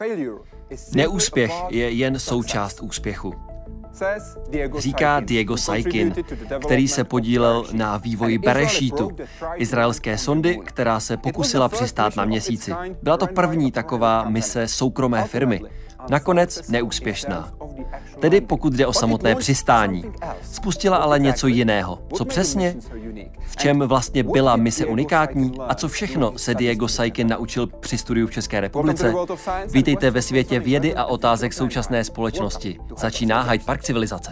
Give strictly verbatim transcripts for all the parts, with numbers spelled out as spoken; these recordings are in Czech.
Neúspěch je jen součást úspěchu, říká Diego Saikin, který se podílel na vývoji Beresheetu, izraelské sondy, která se pokusila přistát na Měsíci. Byla to první taková mise soukromé firmy. Nakonec neúspěšná. Tedy pokud jde o samotné přistání. Spustila ale něco jiného. Co přesně? V čem vlastně byla mise unikátní? A co všechno se Diego Saikin naučil při studiu v České republice? Vítejte ve světě vědy a otázek současné společnosti. Začíná Hyde Park civilizace.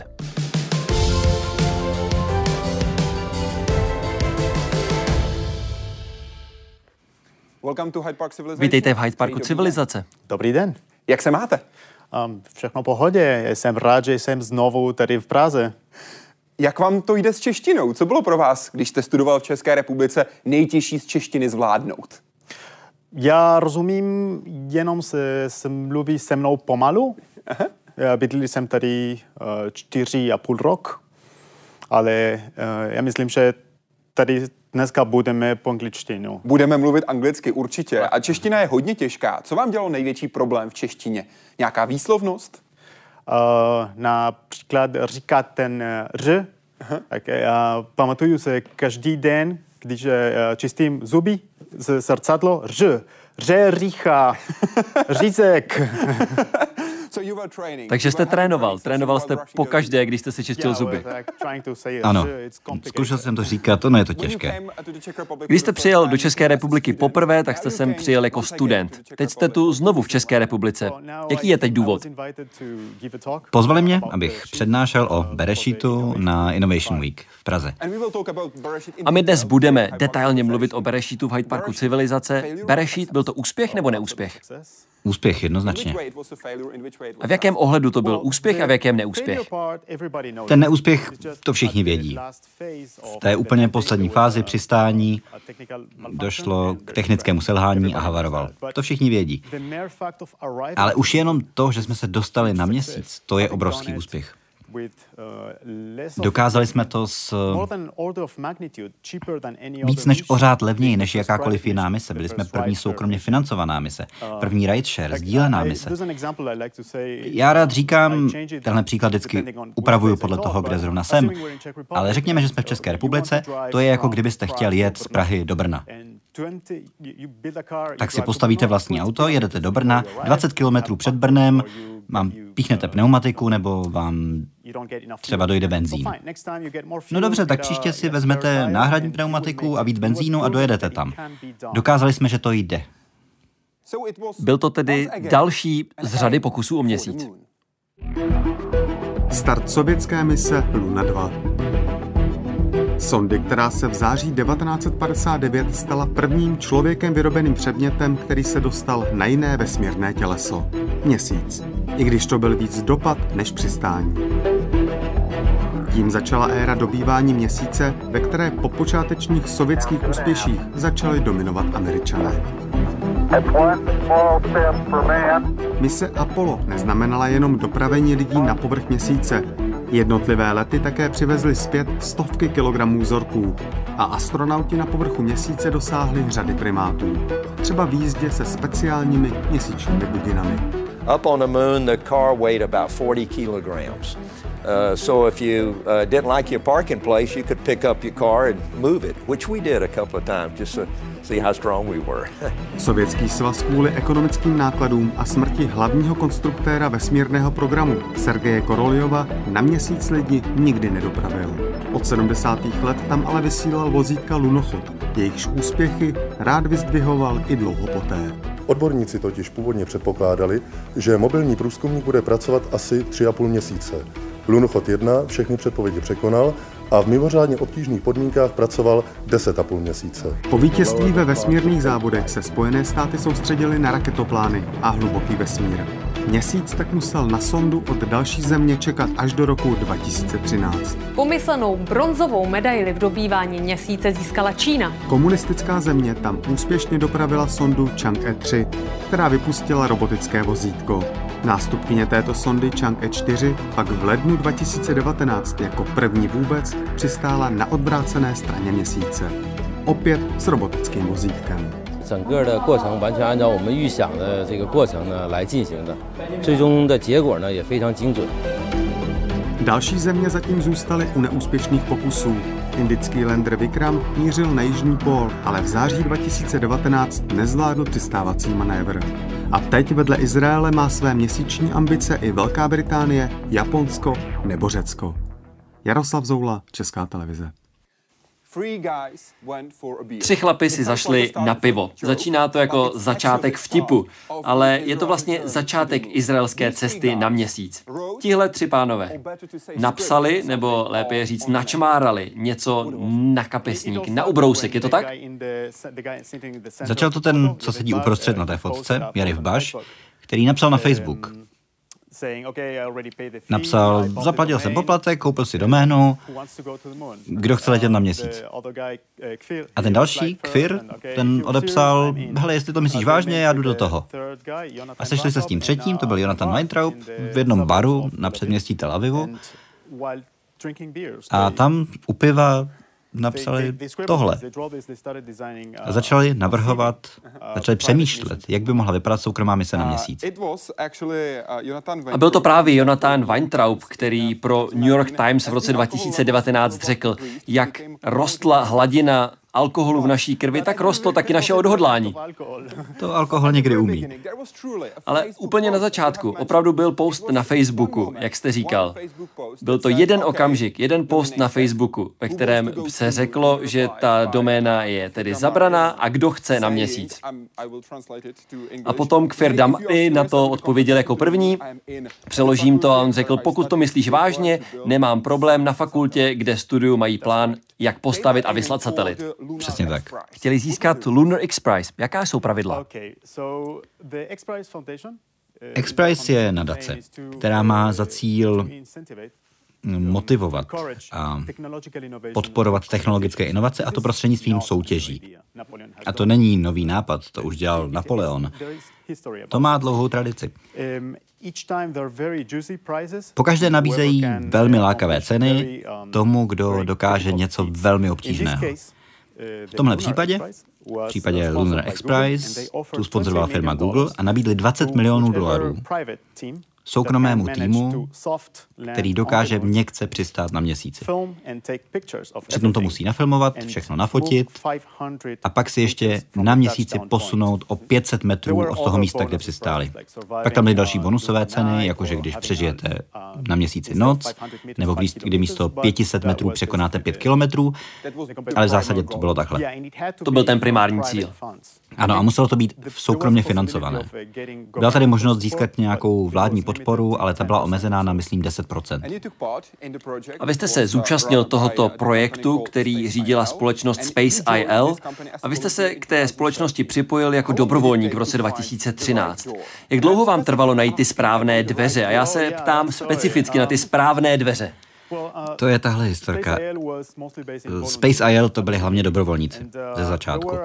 Vítejte v Hyde Parku civilizace. Dobrý den. Jak se máte? Um, všechno v pohodě. Jsem rád, že jsem znovu tady v Praze. Jak vám to jde s češtinou? Co bylo pro vás, když jste studoval v České republice, nejtěžší z češtiny zvládnout? Já rozumím, jenom se, se mluví se mnou pomalu. Aha. Bydlel jsem tady uh, čtyři a půl rok, ale uh, já myslím, že tady dneska budeme po angličtinu. Budeme mluvit anglicky, určitě. A čeština je hodně těžká. Co vám dělalo největší problém v češtině? Nějaká výslovnost? Uh, například říkat ten ř. Tak, uh, pamatuju se každý den, když uh, čistím zuby z zrcadlo, ř. Ře, řícha, řízek. Takže jste trénoval. Trénoval jste pokaždé, když jste si čistil zuby. Ano, zkoušel jsem to říkat, ono je to těžké. Když jste přijel do České republiky poprvé, tak jste sem přijel jako student. Teď jste tu znovu v České republice. Jaký je teď důvod? Pozvali mě, abych přednášel o Beresheetu na Innovation Week v Praze. A my dnes budeme detailně mluvit o Beresheetu v Hyde Parku civilizace. Beresheet, byl to úspěch nebo neúspěch? Úspěch, jednoznačně. A v jakém ohledu to byl úspěch a v jakém neúspěch? Ten neúspěch, to všichni vědí. V té úplně poslední fázi přistání došlo k technickému selhání a havaroval. To všichni vědí. Ale už jenom to, že jsme se dostali na Měsíc, to je obrovský úspěch. Dokázali jsme to s víc než o řád levněji než jakákoliv jiná mise. Byli jsme první soukromně financovaná mise, první rideshare, sdílená mise. Já rád říkám, tenhle příklad vždycky upravuju podle toho, kde zrovna jsem, ale řekněme, že jsme v České republice, to je jako kdybyste chtěl jet z Prahy do Brna. Tak si postavíte vlastní auto, jedete do Brna, dvacet kilometrů před Brnem, vám píchnete pneumatiku nebo vám třeba dojde benzín. No dobře, tak příště si vezmete náhradní pneumatiku a víc benzínu a dojedete tam. Dokázali jsme, že to jde. Byl to tedy další z řady pokusů o Měsíc. Start sovětské mise Luna dva. Sondy, která se v září devatenáct set padesát devět stala prvním člověkem vyrobeným předmětem, který se dostal na jiné vesmírné těleso. Měsíc. I když to byl víc dopad než přistání. Tím začala éra dobývání Měsíce, ve které po počátečních sovětských úspěších začali dominovat Američané. Mise Apollo neznamenala jenom dopravení lidí na povrch Měsíce. Jednotlivé lety také přivezly zpět stovky kilogramů vzorků a astronauti na povrchu Měsíce dosáhli řady primátů. Třeba v jízdě se speciálními měsíčními buginami. Up on the moon, the car weighed about forty kilograms. Uh, so if you uh, didn't like your parking place, you could pick up your car and move it, which we did a couple of times just to see how strong we were. Sovětský svaz kvůli ekonomickým nákladům a smrti hlavního konstruktéra vesmírného programu Sergeje Koroljova na Měsíc lidi nikdy nedopravil. Od sedmdesátých let tam ale vysílal vozítka Lunochod. Jejichž úspěchy rád vyzdvihoval i dlouho poté. Odborníci totiž původně předpokládali, že mobilní průzkumník bude pracovat asi tři a půl měsíce. Lunochod jedna všechny předpovědi překonal a v mimořádně obtížných podmínkách pracoval deset a půl měsíce. Po vítězství ve vesmírných závodech se Spojené státy soustředily na raketoplány a hluboký vesmír. Měsíc tak musel na sondu od další země čekat až do roku dva tisíce třináct. Pomyslenou bronzovou medaili v dobývání Měsíce získala Čína. Komunistická země tam úspěšně dopravila sondu Chang'e tři, která vypustila robotické vozítko. Nástupkyně této sondy Chang'e čtyři pak v lednu dva tisíce devatenáct jako první vůbec přistála na odvrácené straně Měsíce. Opět s robotickým vozítkem. 整个的过程完全按照我们预想的这个过程呢来进行的，最终的结果呢也非常精准。 Další země zatím zůstaly u neúspěšných pokusů. Indický lander Vikram mířil na jižní pól, ale v září dva tisíce devatenáct nezvládl přistávací manévr. A teď vedle Izraele má své měsíční ambice i Velká Británie, Japonsko nebo Řecko. Jaroslav Zoula, Česká televize. Tři chlapi si zašli na pivo. Začíná to jako začátek vtipu, ale je to vlastně začátek izraelské cesty na měsíc. Tihle tři pánové napsali, nebo lépe říct načmárali něco na kapesník, na ubrousek, je to tak? Začal to ten, co sedí uprostřed na té fotce, Yariv Baš, který napsal na Facebook. Napsal, zaplatil jsem poplatek, koupil si doménu, kdo chce letět na měsíc. A ten další, Kfir, ten odepsal, hele, jestli to myslíš vážně, já jdu do toho. A sešli se s tím třetím, to byl Jonathan Weintraub, v jednom baru na předměstí Tel Avivu. A tam u piva napsali tohle. A začali navrhovat, začali přemýšlet, jak by mohla vypadat soukromá mise na měsíc. A byl to právě Jonathan Weintraub, který pro New York Times v roce dva tisíce devatenáct řekl, jak rostla hladina alkoholu v naší krvi, tak rostlo taky naše odhodlání. To alkohol někdy umí. Ale úplně na začátku opravdu byl post na Facebooku, jak jste říkal. Byl to jeden okamžik, jeden post na Facebooku, ve kterém se řeklo, že ta doména je tedy zabraná a kdo chce na měsíc. A potom Kfir Dam'i na to odpověděl jako první. Přeložím to a on řekl, pokud to myslíš vážně, nemám problém, na fakultě, kde studuju, mají plán, jak postavit a vyslat satelit. Přesně tak. Chtěli získat Lunar X Prize. Jaká jsou pravidla? X Prize je nadace, která má za cíl motivovat a podporovat technologické inovace, a to prostřednictvím soutěží. A to není nový nápad, to už dělal Napoleon. To má dlouhou tradici. Pokaždé nabízejí velmi lákavé ceny tomu, kdo dokáže něco velmi obtížného. V tomhle případě, v případě Lunar X Prize, tu sponzorovala firma Google a nabídli dvacet milionů dolarů soukromému týmu, který dokáže měkce přistát na měsíci. Přitom to musí nafilmovat, všechno nafotit a pak si ještě na měsíci posunout o pět set metrů od toho místa, kde přistáli. Pak tam byly další bonusové ceny, jakože když přežijete na měsíci noc, nebo když, kdy místo pět set metrů překonáte pět kilometrů, ale v zásadě to bylo takhle. To byl ten primární cíl. Ano, a muselo to být soukromně financované. Byla tady možnost získat nějakou vládní podporu, ale ta byla omezená na, myslím, deset procent. A vy jste se zúčastnil tohoto projektu, který řídila společnost Space I L, a vy jste se k té společnosti připojil jako dobrovolník v roce dva tisíce třináct. Jak dlouho vám trvalo najít ty správné dveře? A já se ptám specificky na ty správné dveře. To je tahle historka. Space I L to byli hlavně dobrovolníci ze začátku.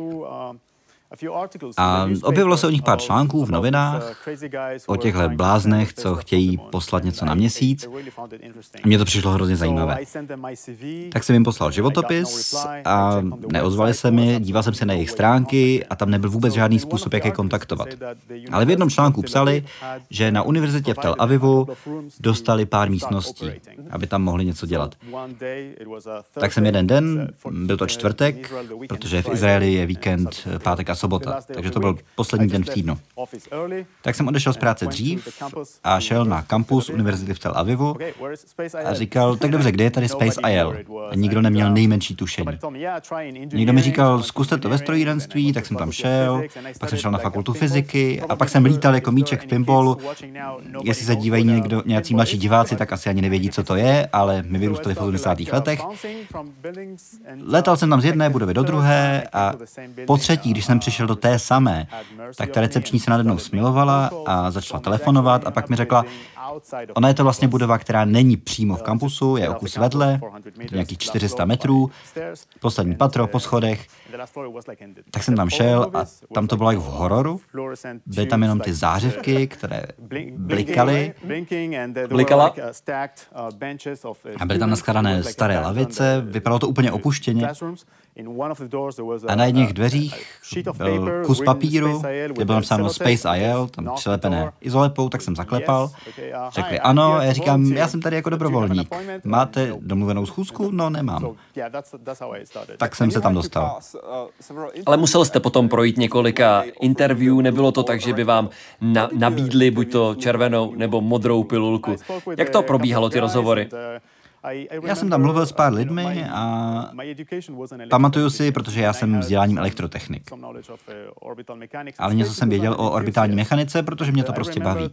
A objevilo se o nich pár článků v novinách o těchhle bláznech, co chtějí poslat něco na měsíc. Mně to přišlo hrozně zajímavé. Tak jsem jim poslal životopis a neozvali se mi, díval jsem se na jejich stránky a tam nebyl vůbec žádný způsob, jak je kontaktovat. Ale v jednom článku psali, že na univerzitě v Tel Avivu dostali pár místností, aby tam mohli něco dělat. Tak jsem jeden den, byl to čtvrtek, protože v Izraeli je víkend pátek a sobota, takže to byl poslední den v týdnu. Tak jsem odešel z práce dřív a šel na kampus univerzity v Tel Avivu a říkal, tak dobře, kde je tady Space I L? A nikdo neměl nejmenší tušení. Někdo mi říkal, zkuste to ve strojírenství, tak jsem tam šel, pak jsem šel na fakultu fyziky a pak jsem lítal jako míček v pinballu. Jestli se dívají někdo, nějací mladší diváci, tak asi ani nevědí, co to je, ale my vyrůstali v osmdesátých letech. Letal jsem tam z jedné budovy do druhé a po třetí, když jsem přišel do té samé, tak ta recepční se nade mnou smilovala a začala telefonovat a pak mi řekla, ona je to vlastně budova, která není přímo v kampusu, je o kus vedle, je to nějakých čtyři sta metrů, poslední patro po schodech. Tak jsem tam šel a tam to bylo jak v hororu. Byly tam jenom ty zářivky, které blikaly. Blikala. A byly tam naskladané staré lavice, vypadalo to úplně opuštěně. A na jedných dveřích byl kus papíru, kde bylo napsáno Space I L, tam přilepené izolepou, tak jsem zaklepal. Řekli ano, a já říkám, já jsem tady jako dobrovolník. Máte domluvenou schůzku? No, nemám. Tak jsem se tam dostal. Ale musel jste potom projít několika interview, nebylo to tak, že by vám na, nabídli buď to červenou nebo modrou pilulku. Jak to probíhalo, ty rozhovory? Já jsem tam mluvil s pár lidmi a pamatuju si, protože já jsem vzděláním elektrotechnik. Ale něco jsem věděl o orbitální mechanice, protože mě to prostě baví.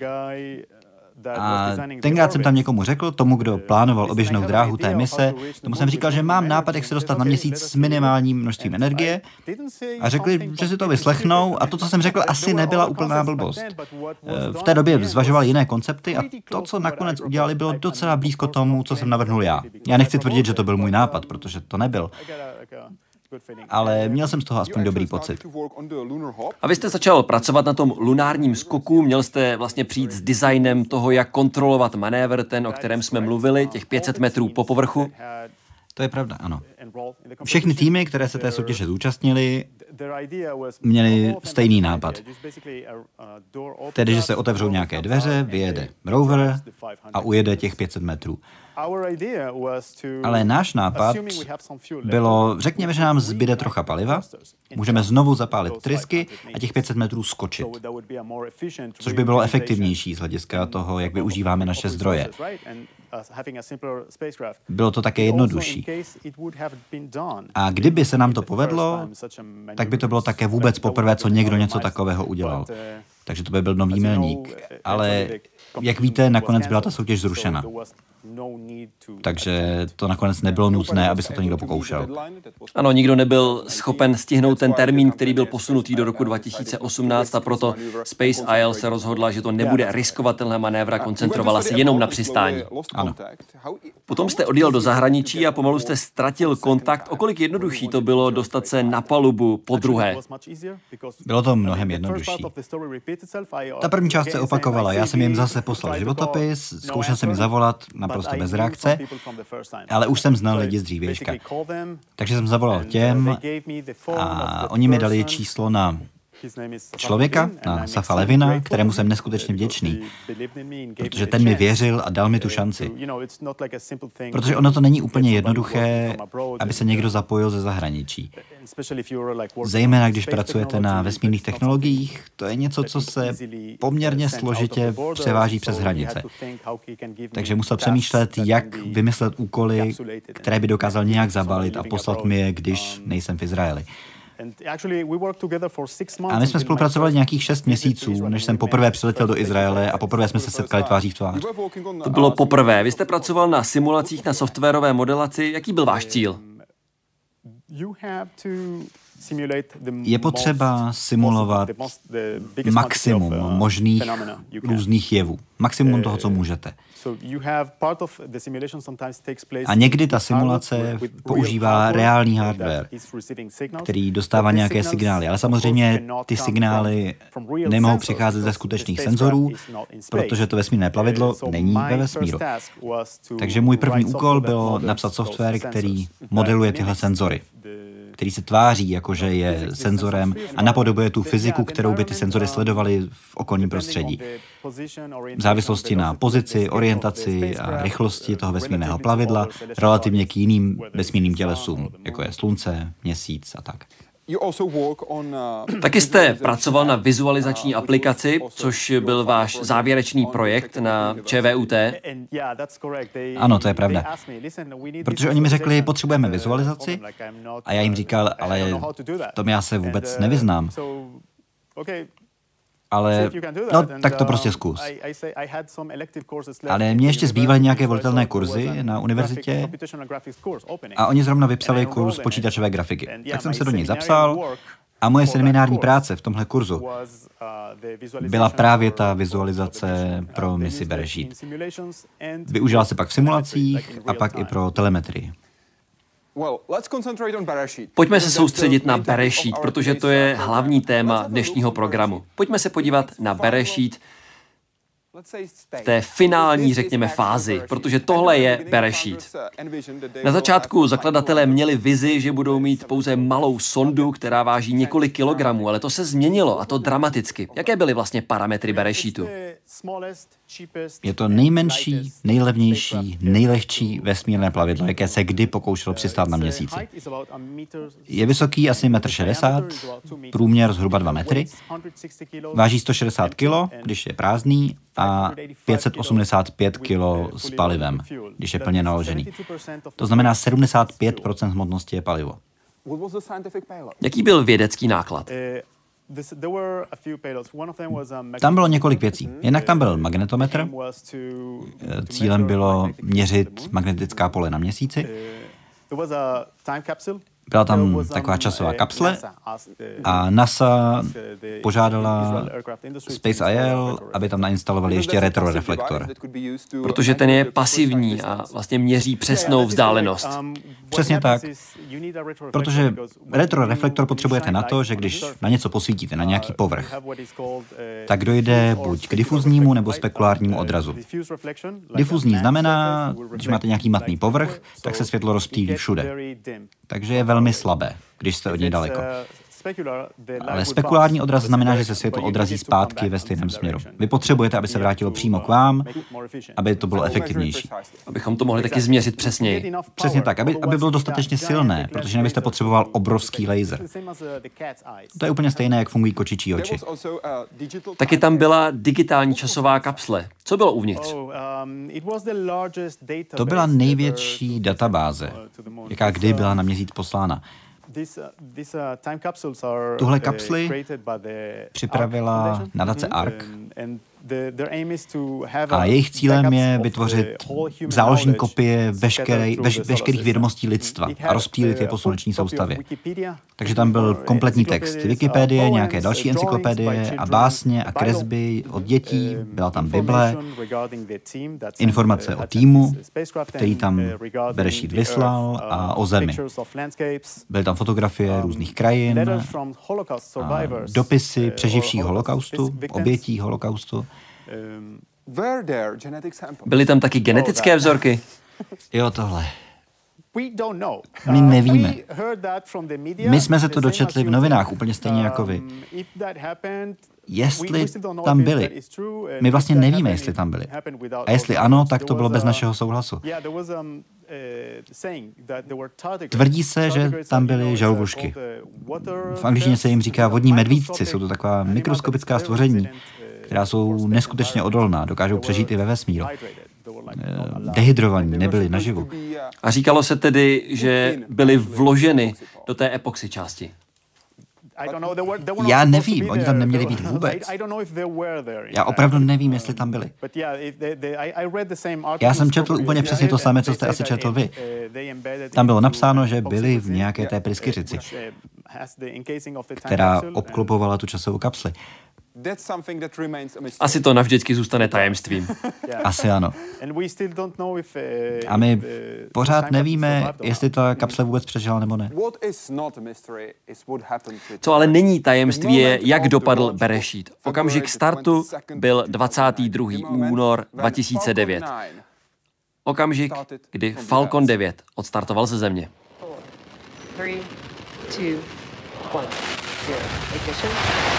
A tenkrát jsem tam někomu řekl, tomu, kdo plánoval oběžnou dráhu té mise, tomu jsem říkal, že mám nápad, jak se dostat na měsíc s minimálním množstvím energie a řekli, že si to vyslechnou a to, co jsem řekl, asi nebyla úplná blbost. V té době zvažovali jiné koncepty a to, co nakonec udělali, bylo docela blízko tomu, co jsem navrhnul já. Já nechci tvrdit, že to byl můj nápad, protože to nebyl. Ale měl jsem z toho aspoň dobrý pocit. A vy jste začal pracovat na tom lunárním skoku, měl jste vlastně přijít s designem toho, jak kontrolovat manévr, ten, o kterém jsme mluvili, těch pět set metrů po povrchu. To je pravda, ano. Všechny týmy, které se té soutěže zúčastnili, měli stejný nápad. Tedy, že se otevřou nějaké dveře, vyjede rover a ujede těch pět set metrů. Ale náš nápad bylo, řekněme, že nám zbyde trocha paliva, můžeme znovu zapálit trysky a těch pět set metrů skočit. Což by bylo efektivnější z hlediska toho, jak využíváme naše zdroje. Bylo to také jednodušší. A kdyby se nám to povedlo, tak by to bylo také vůbec poprvé, co někdo něco takového udělal. Takže to by byl nový milník. Ale jak víte, nakonec byla ta soutěž zrušena. Takže to nakonec nebylo nutné, aby se to někdo pokoušel. Ano, nikdo nebyl schopen stihnout ten termín, který byl posunutý do roku dva tisíce osmnáct a proto Space I L se rozhodla, že to nebude riskovat tenhle manévr a koncentrovala se jenom na přistání. Ano. Potom jste odjel do zahraničí a pomalu jste ztratil kontakt. O kolik jednodušší to bylo dostat se na palubu po druhé? Bylo to mnohem jednodušší. Ta první část se opakovala. Já jsem jim zase poslal životopis, zkoušel jsem jim zavolat, naprosto bez reakce, ale už jsem znal lidi z dřívějška. Takže jsem zavolal těm a oni mi dali číslo na člověka, na Safa Levina, kterému jsem neskutečně vděčný, protože ten mi věřil a dal mi tu šanci. Protože ono to není úplně jednoduché, aby se někdo zapojil ze zahraničí. Zejména když pracujete na vesmírných technologiích, to je něco, co se poměrně složitě převáží přes hranice. Takže musel přemýšlet, jak vymyslet úkoly, které by dokázal nějak zabalit a poslat mi je, když nejsem v Izraeli. A my jsme spolupracovali nějakých šest měsíců, než jsem poprvé přiletěl do Izraele a poprvé jsme se setkali tváří v tvář. To bylo poprvé. Vy jste pracoval na simulacích, na softwarové modelaci. Jaký byl váš cíl? Je potřeba simulovat maximum možných různých jevů. Maximum toho, co můžete. A někdy ta simulace používá reálný hardware, který dostává nějaké signály. Ale samozřejmě ty signály nemohou přicházet ze skutečných senzorů, protože to vesmírné plavidlo není ve vesmíru. Takže můj první úkol bylo napsat software, který modeluje tyhle senzory, který se tváří, jakože je senzorem a napodobuje tu fyziku, kterou by ty senzory sledovaly v okolním prostředí. V závislosti na pozici, orientaci a rychlosti toho vesmírného plavidla relativně k jiným vesmírným tělesům, jako je Slunce, Měsíc a tak. Taky jste pracoval na vizualizační aplikaci, což byl váš závěrečný projekt na ČVUT. Ano, to je pravda. Protože oni mi řekli, potřebujeme vizualizaci a já jim říkal, ale v tom já se vůbec nevyznám. Ale, no, tak to prostě zkus. Ale mě ještě zbývaly nějaké volitelné kurzy na univerzitě a oni zrovna vypsali kurz počítačové grafiky. Tak jsem se do něj zapsal a moje seminární práce v tomhle kurzu byla právě ta vizualizace pro misi Berešít. Využila se pak v simulacích a pak i pro telemetrii. Pojďme se soustředit na Berešít, protože to je hlavní téma dnešního programu. Pojďme se podívat na Berešít. v té finální, řekněme, fázi, protože tohle je Berešít. Na začátku zakladatelé měli vizi, že budou mít pouze malou sondu, která váží několik kilogramů, ale to se změnilo, a to dramaticky. Jaké byly vlastně parametry Berešítu? Je to nejmenší, nejlevnější, nejlehčí vesmírné plavidlo, jaké se kdy pokoušelo přistát na Měsíci. Je vysoký asi metr šedesát, průměr zhruba dva metry, váží sto šedesát kilo, když je prázdný, a pět set osmdesát pět kilo s palivem, když je plně naložený. To znamená sedmdesát pět procent hmotnosti je palivo. Jaký byl vědecký náklad? Tam bylo několik věcí. Jednak tam byl magnetometr. Cílem bylo měřit magnetická pole na Měsíci. Byla tam taková časová kapsle a NASA požádala Space I L, aby tam nainstalovali ještě retroreflektor. Protože ten je pasivní a vlastně měří přesnou vzdálenost. Přesně tak. Protože retroreflektor potřebujete na to, že když na něco posvítíte, na nějaký povrch, tak dojde buď k difuznímu nebo spekulárnímu odrazu. Difuzní znamená, když máte nějaký matný povrch, tak se světlo rozptýlí všude. Takže je velmi slabé, když jste od něj daleko. Ale spekulární odraz znamená, že se světlo odrazí zpátky ve stejném směru. Vy potřebujete, aby se vrátilo přímo k vám, aby to bylo efektivnější. Abychom to mohli taky změřit přesněji. Přesně tak, aby, aby bylo dostatečně silné, protože nebyste potřeboval obrovský laser. To je úplně stejné, jak fungují kočičí oči. Taky tam byla digitální časová kapsle. Co bylo uvnitř? To byla největší databáze, jaká kdy byla na Měsíc poslána. Tuhle kapsli připravila nadace A R C a jejich cílem je vytvořit záložní kopie veškeré, veš, veškerých vědomostí lidstva a rozptýlit je po sluneční soustavě. Takže tam byl kompletní text Wikipedie, nějaké další encyklopedie a básně a kresby od dětí, byla tam Bible, informace o týmu, který tam Berešít vyslal, a o Zemi. Byly tam fotografie různých krajin, a dopisy přeživších holokaustu, obětí holokaustu. Byly tam taky genetické vzorky? Jo, tohle. My nevíme. My jsme se to dočetli v novinách, úplně stejně jako vy. Jestli tam byli. My vlastně nevíme, jestli tam byli. A jestli ano, tak to bylo bez našeho souhlasu. Tvrdí se, že tam byly žalvušky. V angličtině se jim říká vodní medvídci. Jsou to taková mikroskopická stvoření, která jsou neskutečně odolná, dokážou přežít i ve vesmíru. Dehydrovaní, nebyli naživu. A říkalo se tedy, že byly vloženy do té epoxy části. Já nevím, oni tam neměli být vůbec. Já opravdu nevím, jestli tam byli. Já jsem četl úplně přesně to samé, co jste asi četl vy. Tam bylo napsáno, že byli v nějaké té pryskyřici, která obklopovala tu časovou kapsli. Asi to navždycky zůstane tajemstvím. Asi ano. A my pořád nevíme, jestli ta kapsle vůbec přežila nebo ne. Co ale není tajemství je, jak dopadl Berešít. Okamžik startu byl dvacátého druhého února dva tisíce devět. Okamžik, kdy Falcon devět odstartoval ze Země. Three, two, one, zero. Ignition.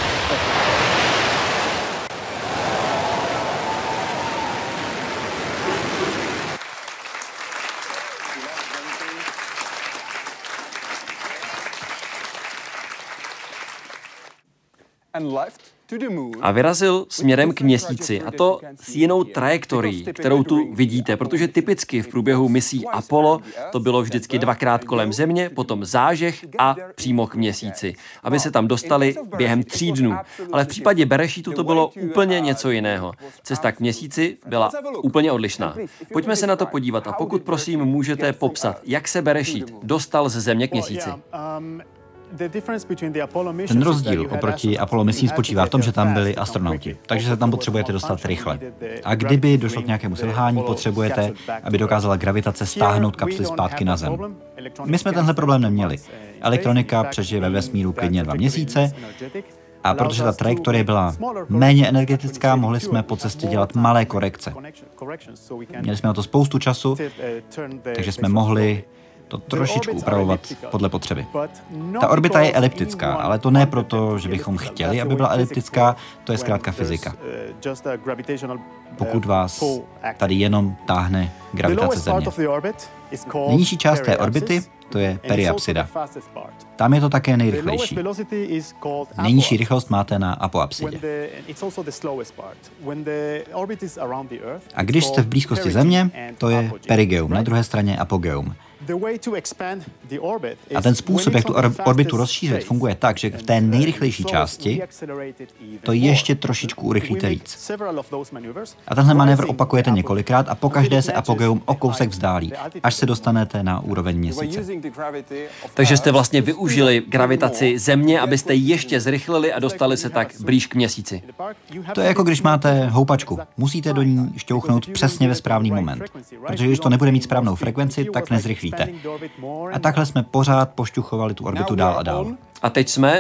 A vyrazil směrem k Měsíci, a to s jinou trajektorií, kterou tu vidíte, protože typicky v průběhu misí Apollo to bylo vždycky dvakrát kolem Země, potom zážeh a přímo k Měsíci, aby se tam dostali během tří dnů. Ale v případě Berešítu to bylo úplně něco jiného. Cesta k Měsíci byla úplně odlišná. Pojďme se na to podívat a pokud prosím můžete popsat, jak se Berešít dostal ze Země k Měsíci. Ten rozdíl oproti Apollo misím spočívá v tom, že tam byli astronauti, takže se tam potřebujete dostat rychle. A kdyby došlo k nějakému selhání, potřebujete, aby dokázala gravitace stáhnout kapsli zpátky na Zem. My jsme tenhle problém neměli. Elektronika přežije ve vesmíru klidně dva měsíce A protože ta trajektorie byla méně energetická, mohli jsme po cestě dělat malé korekce. Měli jsme na to spoustu času, takže jsme mohli to trošičku upravovat podle potřeby. Ta orbita je eliptická, ale to ne proto, že bychom chtěli, aby byla eliptická, to je zkrátka fyzika. Pokud vás tady jenom táhne gravitace Země. Nejnižší část té orbity, to je periapsida. Tam je to také nejrychlejší. Nejnižší rychlost máte na apoapsidě. A když jste v blízkosti Země, to je perigeum, na druhé straně apogeum. A ten způsob, jak tu orbitu rozšířit, funguje tak, že v té nejrychlejší části to ještě trošičku urychlíte víc. A tenhle manévr opakujete několikrát a pokaždé se apogeum o kousek vzdálí, až se dostanete na úroveň Měsíce. Takže jste vlastně využili gravitaci Země, abyste ještě zrychlili a dostali se tak blíž k Měsíci. To je jako když máte houpačku. Musíte do ní šťouchnout přesně ve správný moment. Protože když to nebude mít správnou frekvenci, tak nezrychlíte. A takhle jsme pořád pošťuchovali tu orbitu dál a dál. A teď jsme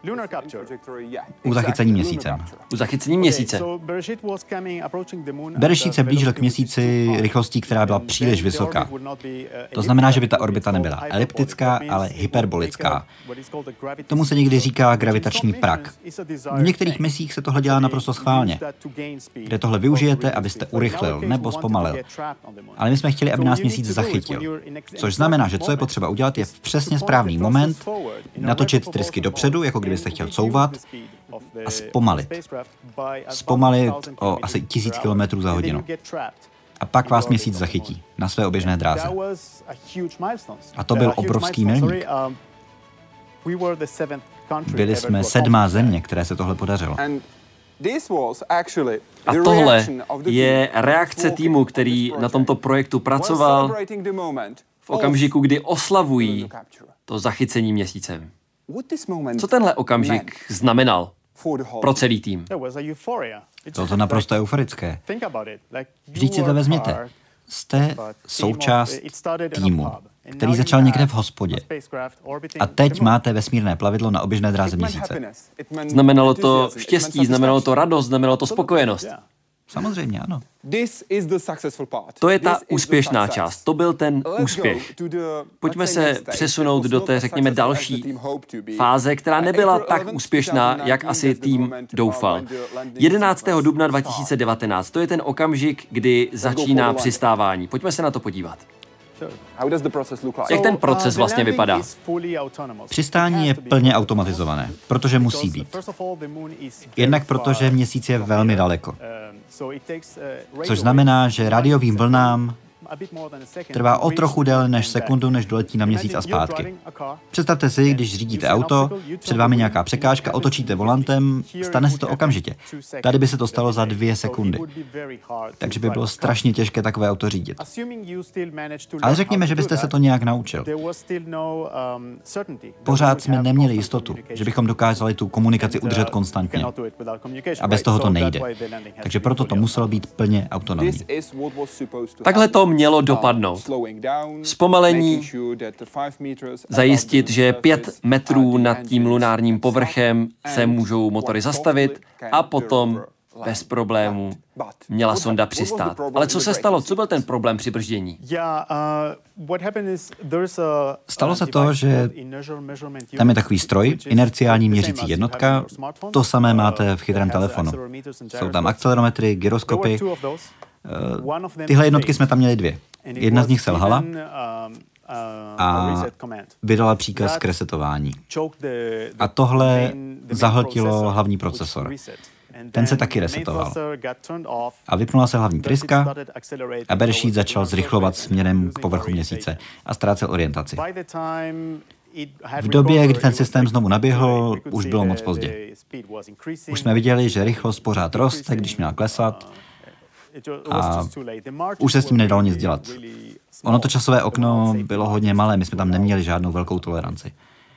u zachycení Měsícem. U zachycení Měsíce. Berešít se blížil k Měsíci rychlostí, která byla příliš vysoká. To znamená, že by ta orbita nebyla eliptická, ale hyperbolická. Tomu se někdy říká gravitační prak. V některých misích se tohle dělá naprosto schválně, kde tohle využijete, abyste urychlil nebo zpomalil. Ale my jsme chtěli, aby nás Měsíc zachytil. Což znamená, že co je potřeba udělat, je v přesně správný moment natočit trysky dopředu, jako kdybyste chtěl couvat, a zpomalit. Zpomalit o asi tisíc kilometrů za hodinu. A pak vás Měsíc zachytí na své oběžné dráze. A to byl obrovský milník. Byli jsme sedmá země, které se tohle podařilo. A tohle je reakce týmu, který na tomto projektu pracoval v okamžiku, kdy oslavují to zachycení Měsícem. Co tenhle okamžik znamenal pro celý tým? Bylo to naprosto euforické. Vždyť si to vezměte. Jste součást týmu, který začal někde v hospodě. A teď máte vesmírné plavidlo na oběžné dráze Měsíce. Znamenalo to štěstí, znamenalo to radost, znamenalo to spokojenost. Samozřejmě, ano. To je ta úspěšná část, to byl ten úspěch. Pojďme se přesunout do té, řekněme, další fáze, která nebyla tak úspěšná, jak asi tým doufal. jedenáctého dubna dva tisíce devatenáct, to je ten okamžik, kdy začíná přistávání. Pojďme se na to podívat. Jak ten proces vlastně vypadá? Přistání je plně automatizované, protože musí být. Jednak protože Měsíc je velmi daleko. Což znamená, že rádiovým vlnám trvá o trochu déle než sekundu, než doletí na Měsíc a zpátky. Představte si, když řídíte auto, před vámi nějaká překážka, otočíte volantem, stane se to okamžitě. Tady by se to stalo za dvě sekundy. Takže by bylo strašně těžké takové auto řídit. Ale řekněme, že byste se to nějak naučil. Pořád jsme neměli jistotu, že bychom dokázali tu komunikaci udržet konstantně. A bez toho to nejde. Takže proto to muselo být plně autonomní. Takhle to mělo dopadnout. Zpomalení, zajistit, že pět metrů nad tím lunárním povrchem se můžou motory zastavit a potom bez problémů měla sonda přistát. Ale co se stalo? Co byl ten problém při brždění? Stalo se to, že tam je takový stroj, inerciální měřící jednotka, to samé máte v chytrém telefonu. Jsou tam akcelerometry, gyroskopy. Tyhle jednotky jsme tam měli dvě. Jedna z nich selhala a vydala příkaz k resetování. A tohle zahltilo hlavní procesor. Ten se taky resetoval. A vypnula se hlavní tryska a Berešít začal zrychlovat směrem k povrchu Měsíce a ztrácel orientaci. V době, kdy ten systém znovu naběhl, už bylo moc pozdě. Už jsme viděli, že rychlost pořád roste, když měla klesat, a už se s tím nedalo nic dělat. Ono to časové okno bylo hodně malé, my jsme tam neměli žádnou velkou toleranci.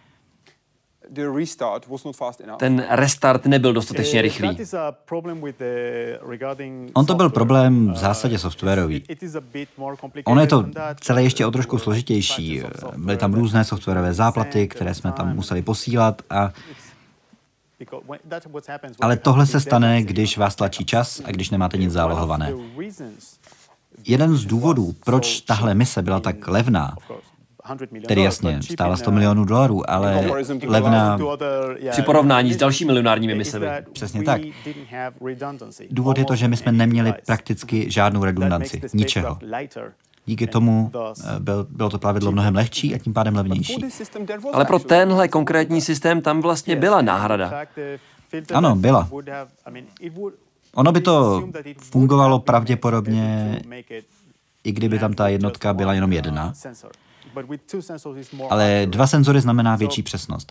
Ten restart nebyl dostatečně rychlý. On to byl problém v zásadě softwarový. Ono je to celé ještě o trošku složitější. Byly tam různé softwarové záplaty, které jsme tam museli posílat a Ale tohle se stane, když vás tlačí čas a když nemáte nic zálohované. Jeden z důvodů, proč tahle mise byla tak levná, tedy jasně, stála sto milionů dolarů, ale levná při porovnání s dalšími milionárními misemi. Přesně tak. Důvod je to, že my jsme neměli prakticky žádnou redundanci, ničeho. Díky tomu byl, bylo to plavidlo mnohem lehčí a tím pádem levnější. Ale pro tenhle konkrétní systém tam vlastně byla náhrada. Ano, byla. Ono by to fungovalo pravděpodobně, i kdyby tam ta jednotka byla jenom jedna. Ale dva senzory znamená větší přesnost.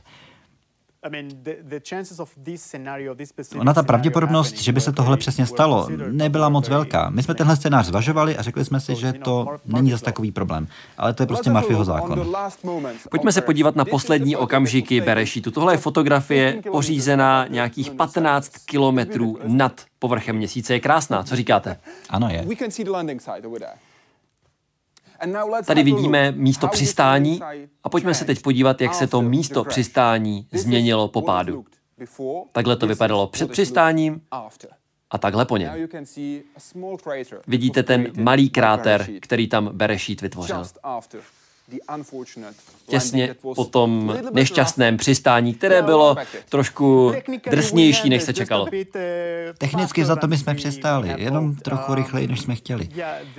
Ona ta pravděpodobnost, že by se tohle přesně stalo, nebyla moc velká. My jsme tenhle scénář zvažovali a řekli jsme si, že to není zase takový problém. Ale to je prostě Murphyho zákon. Pojďme se podívat na poslední okamžiky Bereshitu. Tohle je fotografie pořízená nějakých patnáct kilometrů nad povrchem měsíce. Je krásná, co říkáte? Ano, je. Tady vidíme místo přistání a pojďme se teď podívat, jak se to místo přistání změnilo po pádu. Takhle to vypadalo před přistáním a takhle po něm. Vidíte ten malý kráter, který tam Bereshit vytvořil. Těsně po tom nešťastném přistání, které bylo trošku drsnější, než se čekalo. Technicky za to my jsme přistáli, jenom trochu rychleji, než jsme chtěli.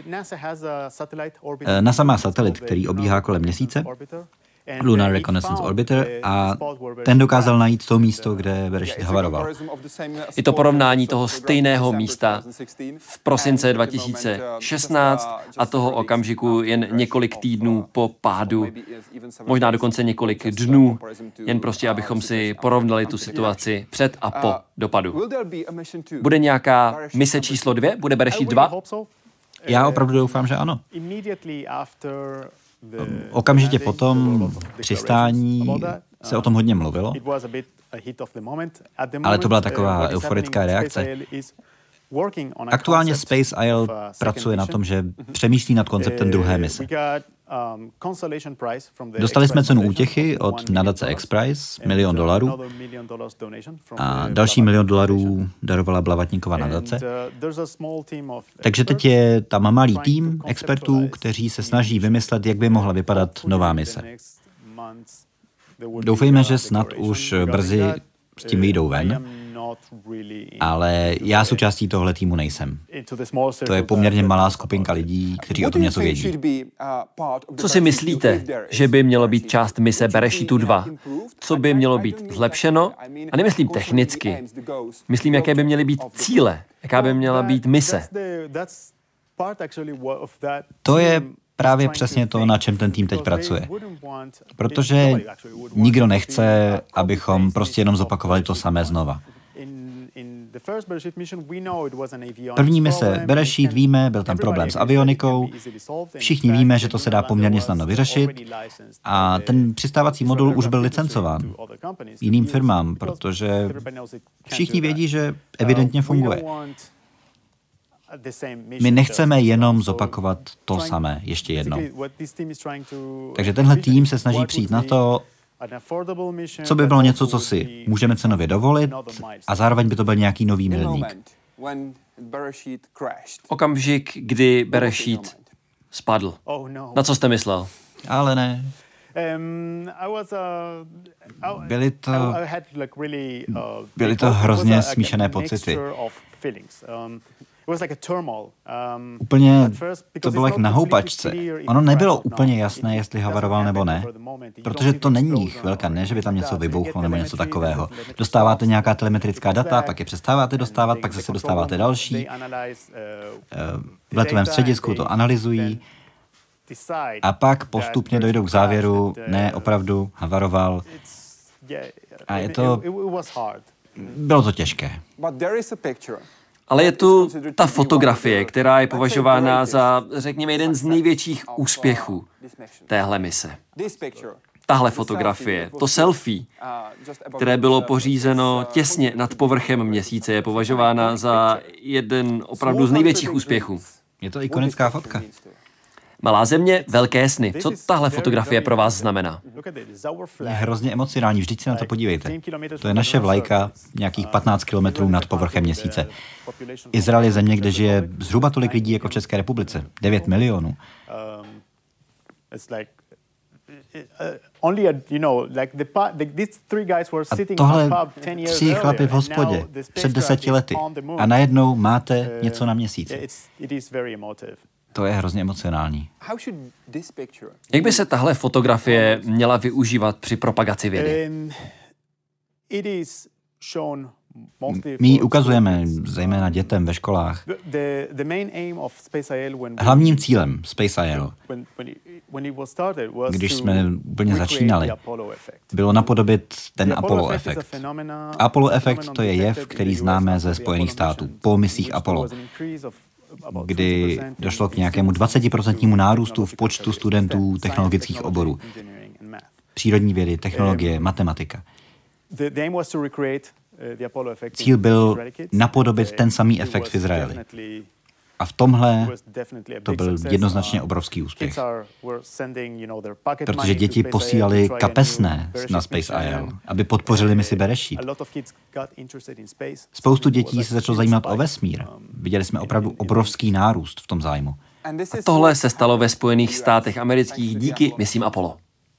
NASA má satelit, který obíhá kolem měsíce, Lunar Reconnaissance Orbiter, a ten dokázal najít to místo, kde Bereshit havaroval. I to porovnání toho stejného místa v prosince dva tisíce šestnáct a toho okamžiku jen několik týdnů po pádu, možná dokonce několik dnů, jen prostě, abychom si porovnali tu situaci před a po dopadu. Bude nějaká mise číslo dvě? Bude Bereshit dva? Já opravdu doufám, že ano. Okamžitě po tom přistání se o tom hodně mluvilo, ale to byla taková euforická reakce. Aktuálně Space Isle pracuje na tom, že přemýšlí nad konceptem druhé mise. Dostali jsme cenu útěchy od nadace X-Prize, milion dolarů, a další milion dolarů darovala Blavatníkova nadace. Takže teď je tam malý tým expertů, kteří se snaží vymyslet, jak by mohla vypadat nová mise. Doufejme, že snad už brzy s tím vyjdou ven, ale já součástí tohle týmu nejsem. To je poměrně malá skupinka lidí, kteří o tom něco vědí. Co si myslíte, že by mělo být část mise Bereshitu dva? Co by mělo být zlepšeno? A nemyslím technicky. Myslím, jaké by měly být cíle, jaká by měla být mise. To je právě přesně to, na čem ten tým teď pracuje. Protože nikdo nechce, abychom prostě jenom zopakovali to samé znova. První mise Bereshit, víme, byl tam problém s avionikou, všichni víme, že to se dá poměrně snadno vyřešit a ten přistávací modul už byl licencován jiným firmám, protože všichni vědí, že evidentně funguje. My nechceme jenom zopakovat to samé ještě jednou. Takže tenhle tým se snaží přijít na to, co by bylo něco, co si můžeme cenově dovolit a zároveň by to byl nějaký nový milník. Okamžik, kdy Bereshit spadl. Na co jste myslel? Ale ne. Byly to, byly to hrozně smíšené pocity. Úplně to bylo jak na houpačce. Ono nebylo úplně jasné, jestli havaroval nebo ne, protože to není chvilka, ne, že by tam něco vybouchlo nebo něco takového. Dostáváte nějaká telemetrická data, pak je přestáváte dostávat, pak zase dostáváte další. V letovém středisku to analyzují a pak postupně dojdou k závěru, ne, opravdu havaroval. A je to... Bylo to těžké. Ale je tu ta fotografie, která je považována za, řekněme, jeden z největších úspěchů téhle mise. Tahle fotografie, to selfie, které bylo pořízeno těsně nad povrchem měsíce, je považována za jeden opravdu z největších úspěchů. Je to ikonická fotka. Malá země, velké sny. Co tahle fotografie pro vás znamená? Je hrozně emocionální, vždyť se na to podívejte. To je naše vlajka nějakých patnáct kilometrů nad povrchem Měsíce. Izrael je země, kde žije zhruba tolik lidí jako v České republice. devět milionů. A tohle tři chlapy v hospodě před deseti lety a najednou máte něco na Měsíci. To je hrozně emocionální. Jak by se tahle fotografie měla využívat při propagaci vědy? My ji ukazujeme zejména dětem ve školách. Hlavním cílem SpaceIL, když jsme úplně začínali, bylo napodobit ten Apollo efekt. Apollo efekt to je jev, který známe ze Spojených států po misích Apollo, kdy došlo k nějakému dvacetiprocentnímu nárůstu v počtu studentů technologických oborů. Přírodní vědy, technologie, matematika. Cíl byl napodobit ten samý efekt v Izraeli. A v tomhle to byl jednoznačně obrovský úspěch. Protože děti posílali kapesné na SpaceIL, aby podpořili misi Berešít. Spoustu dětí se začalo zajímat o vesmír. Viděli jsme opravdu obrovský nárůst v tom zájmu. A tohle se stalo ve Spojených státech amerických díky misím Apollo.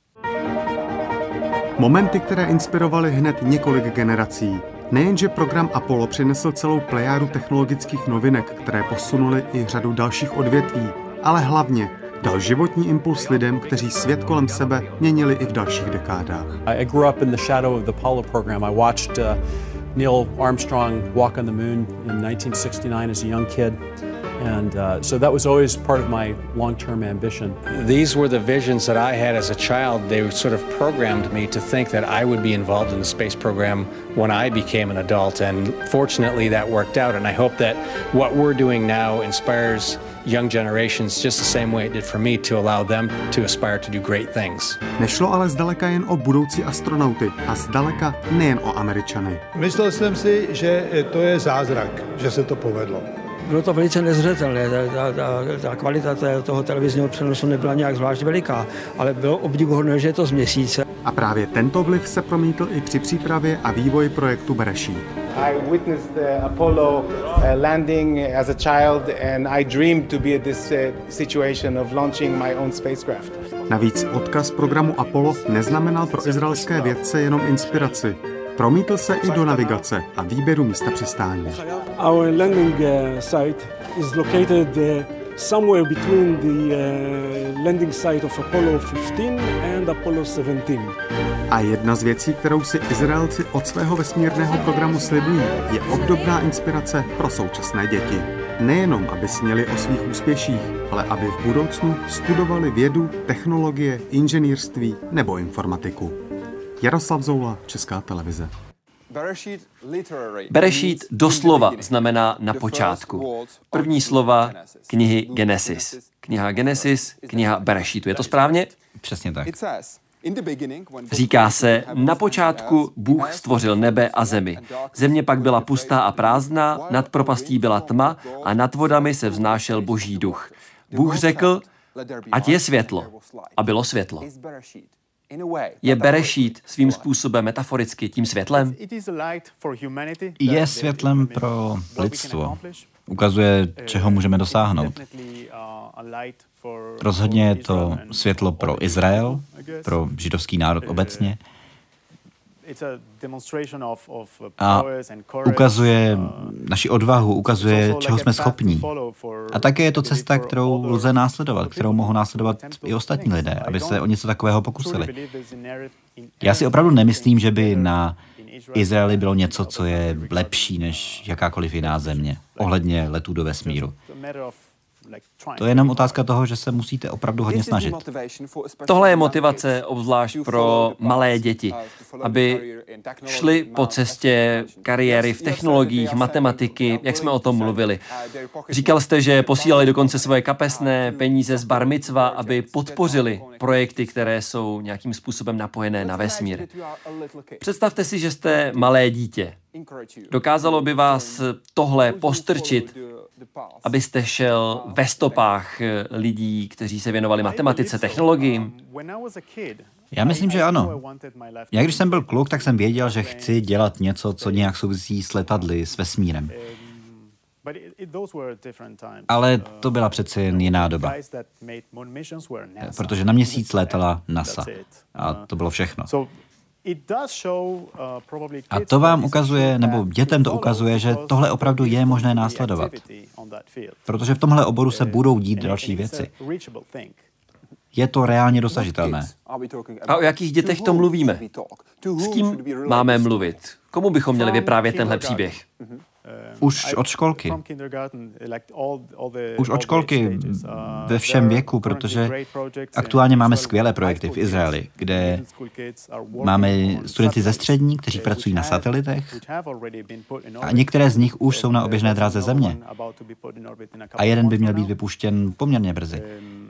Momenty, které inspirovaly hned několik generací. Nejenže program Apollo přinesl celou plejádu technologických novinek, které posunuly i řadu dalších odvětví, ale hlavně dal životní impuls lidem, kteří svět kolem sebe měnili i v dalších dekádách. I grew up in the shadow of the Apollo program. I watched uh, Neil Armstrong walk on the moon in nineteen sixty-nine as a young kid. And uh, so that was always part of my long-term ambition. These were the visions that I had as a child. They sort of programmed me to think that I would be involved in the space program when I became an adult. And fortunately that worked out. And I hope that what we're doing now inspires young generations just the same way it did for me to allow them to aspire to do great things. Nešlo ale zdaleka jen o budoucí astronauty a zdaleka nejen o Američany. Myslel jsem si, že to je zázrak, že se to povedlo. Bylo to velice nezřetelné, ta, ta, ta kvalita toho televizního přenosu nebyla nějak zvlášť veliká, ale bylo obdivuhodné, že je to z Měsíce. A právě tento vliv se promítl i při přípravě a vývoji projektu Berešít. I witnessed the Apollo uh, landing as a child and I dreamed to be in this uh, situation of launching my own spacecraft. Navíc odkaz programu Apollo neznamenal pro izraelské vědce jenom inspiraci. Promítl se i do navigace a výběru místa přistání. Our landing uh, site is located uh, somewhere between the uh, landing site of Apollo fifteen and Apollo seventeen. A jedna z věcí, kterou si Izraelci od svého vesmírného programu slibují, je obdobná inspirace pro současné děti. Nejenom, aby sněli o svých úspěších, ale aby v budoucnu studovali vědu, technologie, inženýrství nebo informatiku. Jaroslav Zoula, Česká televize. Berešít doslova znamená na počátku. První slova knihy Genesis. Kniha Genesis, kniha Berešítu. Je to správně? Přesně tak. Říká se, na počátku Bůh stvořil nebe a zemi. Země pak byla pustá a prázdná, nad propastí byla tma a nad vodami se vznášel Boží duch. Bůh řekl, ať je světlo. A bylo světlo. Je Berešít svým způsobem metaforicky tím světlem? Je světlem pro lidstvo. Ukazuje, čeho můžeme dosáhnout. Rozhodně je to světlo pro Izrael, pro židovský národ obecně. A ukazuje naši odvahu, ukazuje, čeho jsme schopní. A také je to cesta, kterou lze následovat, kterou mohou následovat i ostatní lidé, aby se o něco takového pokusili. Já si opravdu nemyslím, že by na Izraeli bylo něco, co je lepší než jakákoliv jiná země, ohledně letů do vesmíru. To je jenom otázka toho, že se musíte opravdu hodně snažit. Tohle je motivace obzvlášť pro malé děti, aby šli po cestě kariéry v technologiích, matematiky, jak jsme o tom mluvili. Říkal jste, že posílali dokonce svoje kapesné peníze z bar micva, aby podpořili projekty, které jsou nějakým způsobem napojené na vesmír. Představte si, že jste malé dítě. Dokázalo by vás tohle postrčit abyste šel ve stopách lidí, kteří se věnovali matematice, technologiím? Já myslím, že ano. Já když jsem byl kluk, tak jsem věděl, že chci dělat něco, co nějak souvisí s letadly, s vesmírem. Ale to byla přece jen jiná doba. Protože na měsíc létala NASA. A to bylo všechno. A to vám ukazuje, nebo dětem to ukazuje, že tohle opravdu je možné následovat. Protože v tomhle oboru se budou dít další věci. Je to reálně dosažitelné. A o jakých dětech to mluvíme? S kým máme mluvit? Komu bychom měli vyprávět tenhle příběh? Už od školky. Už od školky ve všem věku, protože aktuálně máme skvělé projekty v Izraeli, kde máme studenty ze střední, kteří pracují na satelitech a některé z nich už jsou na oběžné dráze Země. A jeden by měl být vypuštěn poměrně brzy.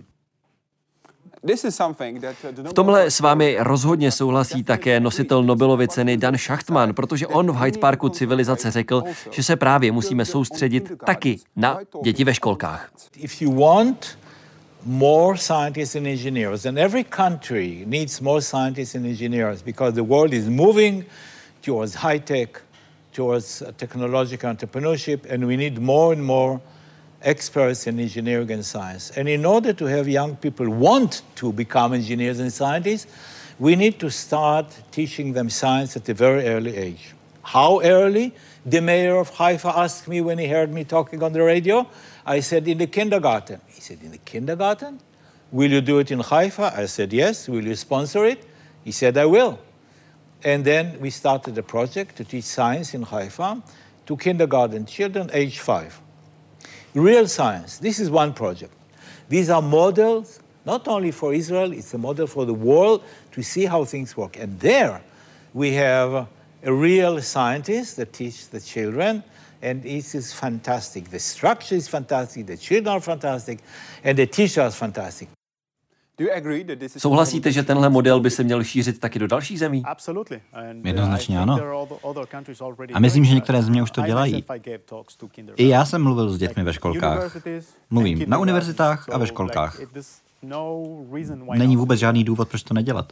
V tomhle s vámi rozhodně souhlasí také nositel Nobelovy ceny Dan Schachtman, protože on v Hyde Parku civilizace řekl, že se právě musíme soustředit taky na děti ve školkách. If you want more scientists and engineers, and every country needs more scientists and engineers because the world is moving towards high tech, towards technological entrepreneurship, and we need more and more experts in engineering and science. And in order to have young people want to become engineers and scientists, we need to start teaching them science at a very early age. How early? The mayor of Haifa asked me when he heard me talking on the radio. I said, in the kindergarten. He said, in the kindergarten? Will you do it in Haifa? I said, yes. Will you sponsor it? He said, I will. And then we started a project to teach science in Haifa to kindergarten children age five. Real science. This is one project. These are models, not only for Israel, it's a model for the world to see how things work. And there we have a real scientist that teaches the children, and it is fantastic. The structure is fantastic, the children are fantastic, and the teacher is fantastic. Souhlasíte, že tenhle model by se měl šířit taky do dalších zemí? Jednoznačně ano. A myslím, že některé země už to dělají. I já jsem mluvil s dětmi ve školkách. Mluvím na univerzitách a ve školkách. Není vůbec žádný důvod, proč to nedělat.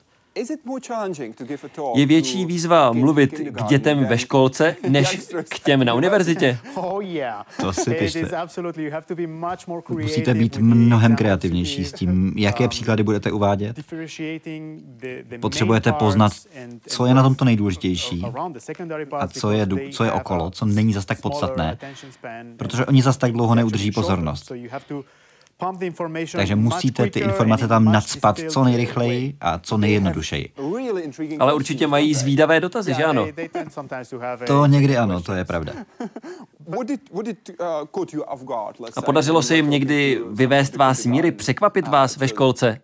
Je větší výzva mluvit k dětem ve školce, než k těm na univerzitě? To si pište. Musíte být mnohem kreativnější s tím, jaké příklady budete uvádět. Potřebujete poznat, co je na tom to nejdůležitější a co je, co je okolo, co není zas tak podstatné, protože oni zas tak dlouho neudrží pozornost. Takže musíte ty informace tam nacpat co nejrychleji a co nejjednodušeji. Ale určitě mají zvídavé dotazy, že ano? To někdy ano, to je pravda. A podařilo se jim někdy vyvést vás z míry, překvapit vás ve školce?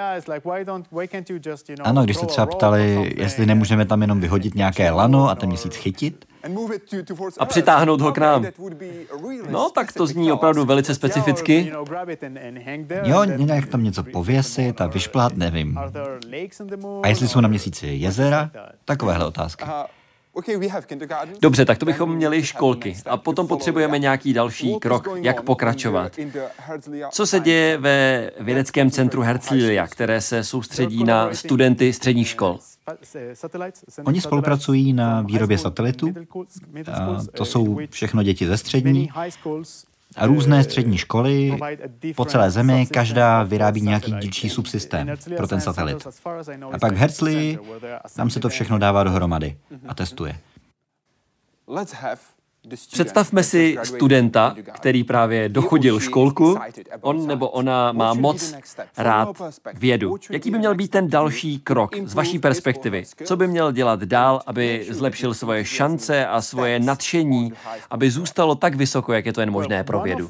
Ano, když se třeba ptali, jestli nemůžeme tam jenom vyhodit nějaké lano a ten měsíc chytit. A přitáhnout ho k nám. No, tak to zní opravdu velice specificky. Jo, nějak tam něco pověsit a vyšplhat, nevím. A jestli jsou na měsíci jezera? Takovéhle otázky. Dobře, tak to bychom měli školky a potom potřebujeme nějaký další krok, jak pokračovat. Co se děje ve vědeckém centru Herzliya, které se soustředí na studenty středních škol? Oni spolupracují na výrobě satelitů. A to jsou všechno děti ze střední a různé střední školy po celé zemi, každá vyrábí nějaký dílčí subsystém pro ten satelit. A pak v Herzliyi, tam se to všechno dává dohromady a testuje. Představme si studenta, který právě dochodil školku. On nebo ona má moc rád vědu. Jaký by měl být ten další krok z vaší perspektivy? Co by měl dělat dál, aby zlepšil svoje šance a svoje nadšení, aby zůstalo tak vysoko, jak je to jen možné pro vědu?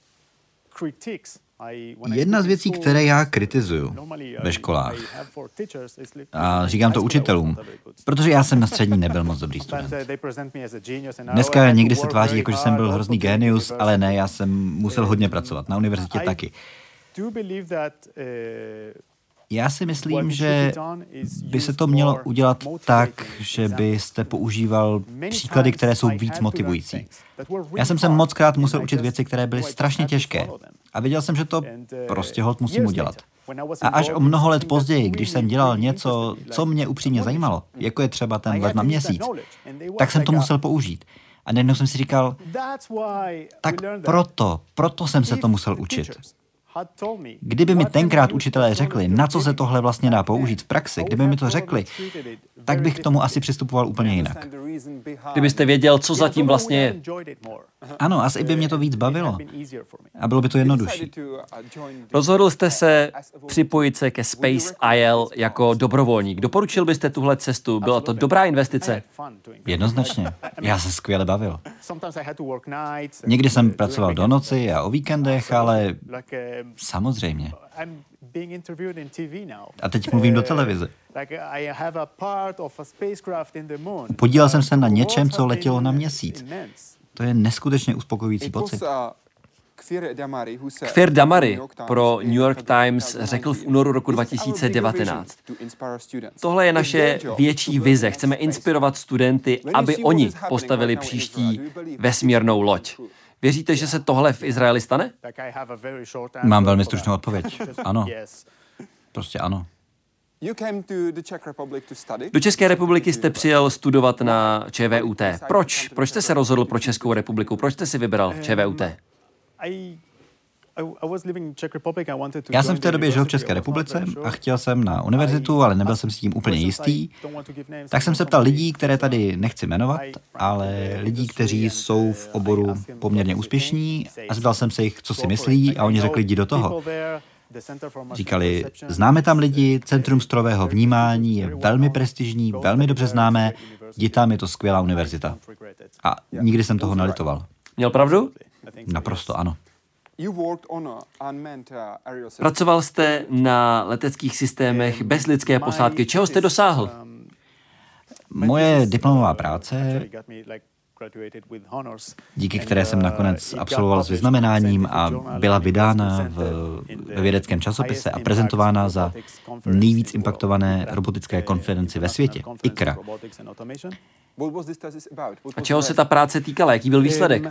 Jedna z věcí, které já kritizuju ve školách, a říkám to učitelům, protože já jsem na střední nebyl moc dobrý student. Dneska někdy se tváří, jako že jsem byl hrozný génius, ale ne, já jsem musel hodně pracovat, na univerzitě taky. Já si myslím, že by se to mělo udělat tak, že byste používal příklady, které jsou víc motivující. Já jsem se mockrát musel učit věci, které byly strašně těžké. A viděl jsem, že to prostě holt musím udělat. A až o mnoho let později, když jsem dělal něco, co mě upřímně zajímalo, jako je třeba ten let na měsíc, tak jsem to musel použít. A najednou jsem si říkal, tak proto, proto jsem se to musel učit. Kdyby mi tenkrát učitelé řekli, na co se tohle vlastně dá použít v praxi, kdyby mi to řekli, tak bych k tomu asi přistupoval úplně jinak. Kdybyste věděl, co zatím vlastně je. Ano, asi by mě to víc bavilo. A bylo by to jednodušší. Rozhodl jste se připojit se ke Space I L jako dobrovolník. Doporučil byste tuhle cestu? Byla to dobrá investice? Jednoznačně. Já se skvěle bavil. Někdy jsem pracoval do noci a o víkendech, ale samozřejmě. A teď mluvím do televize. Podílel jsem se na něčem, co letělo na měsíc. To je neskutečně uspokojující pocit. Kfir Damari pro New York Times řekl v únoru roku dva tisíce devatenáct. Tohle je naše větší vize. Chceme inspirovat studenty, aby oni postavili příští vesmírnou loď. Věříte, že se tohle v Izraeli stane? Mám velmi stručnou odpověď. Ano. Prostě ano. Do České republiky jste přijel studovat na ČVUT. Proč? Proč jste se rozhodl pro Českou republiku? Proč jste si vybral ČVUT? Já jsem v té době žil v České republice a chtěl jsem na univerzitu, ale nebyl jsem si tím úplně jistý. Tak jsem se ptal lidí, které tady nechci jmenovat, ale lidí, kteří jsou v oboru poměrně úspěšní, a zeptal jsem se jich, co si myslí, a oni řekli, jdi do toho. Říkali, známe tam lidi, Centrum strojového vnímání je velmi prestižní, velmi dobře známé, jdi tam, je to skvělá univerzita. A nikdy jsem toho nelitoval. Měl pravdu? Naprosto ano. Pracoval jste na leteckých systémech bez lidské posádky. Čeho jste dosáhl? Moje diplomová práce, díky které jsem nakonec absolvoval s vyznamenáním a byla vydána v, ve vědeckém časopise a prezentována za nejvíc impaktované robotické konferenci ve světě, I C R A. A čeho se ta práce týkala? Jaký byl výsledek?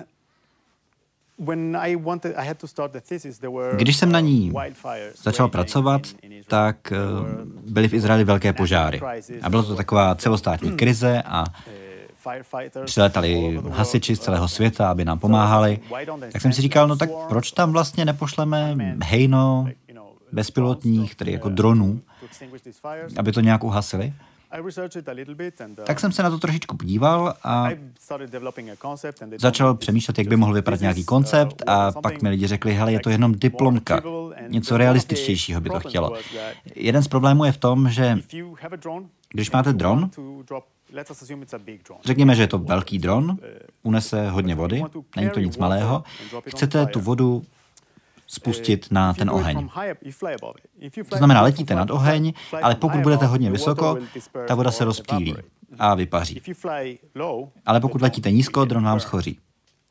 Když jsem na ní začal pracovat, tak byly v Izraeli velké požáry. A byla to taková celostátní krize a přiletali hasiči z celého světa, aby nám pomáhali. Tak jsem si říkal, no tak proč tam vlastně nepošleme hejno bezpilotních, tedy jako dronů, aby to nějak uhasili? Tak jsem se na to trošičku podíval a začal přemýšlet, jak by mohl vypadat nějaký koncept, a pak mi lidi řekli, hele, je to jenom diplomka. Něco realističtějšího by to chtělo. Jeden z problémů je v tom, že když máte dron, řekněme, že je to velký dron, unese hodně vody, není to nic malého, chcete tu vodu spustit na ten oheň. To znamená, letíte nad oheň, ale pokud budete hodně vysoko, ta voda se rozptýlí a vypaří. Ale pokud letíte nízko, dron vám schoří.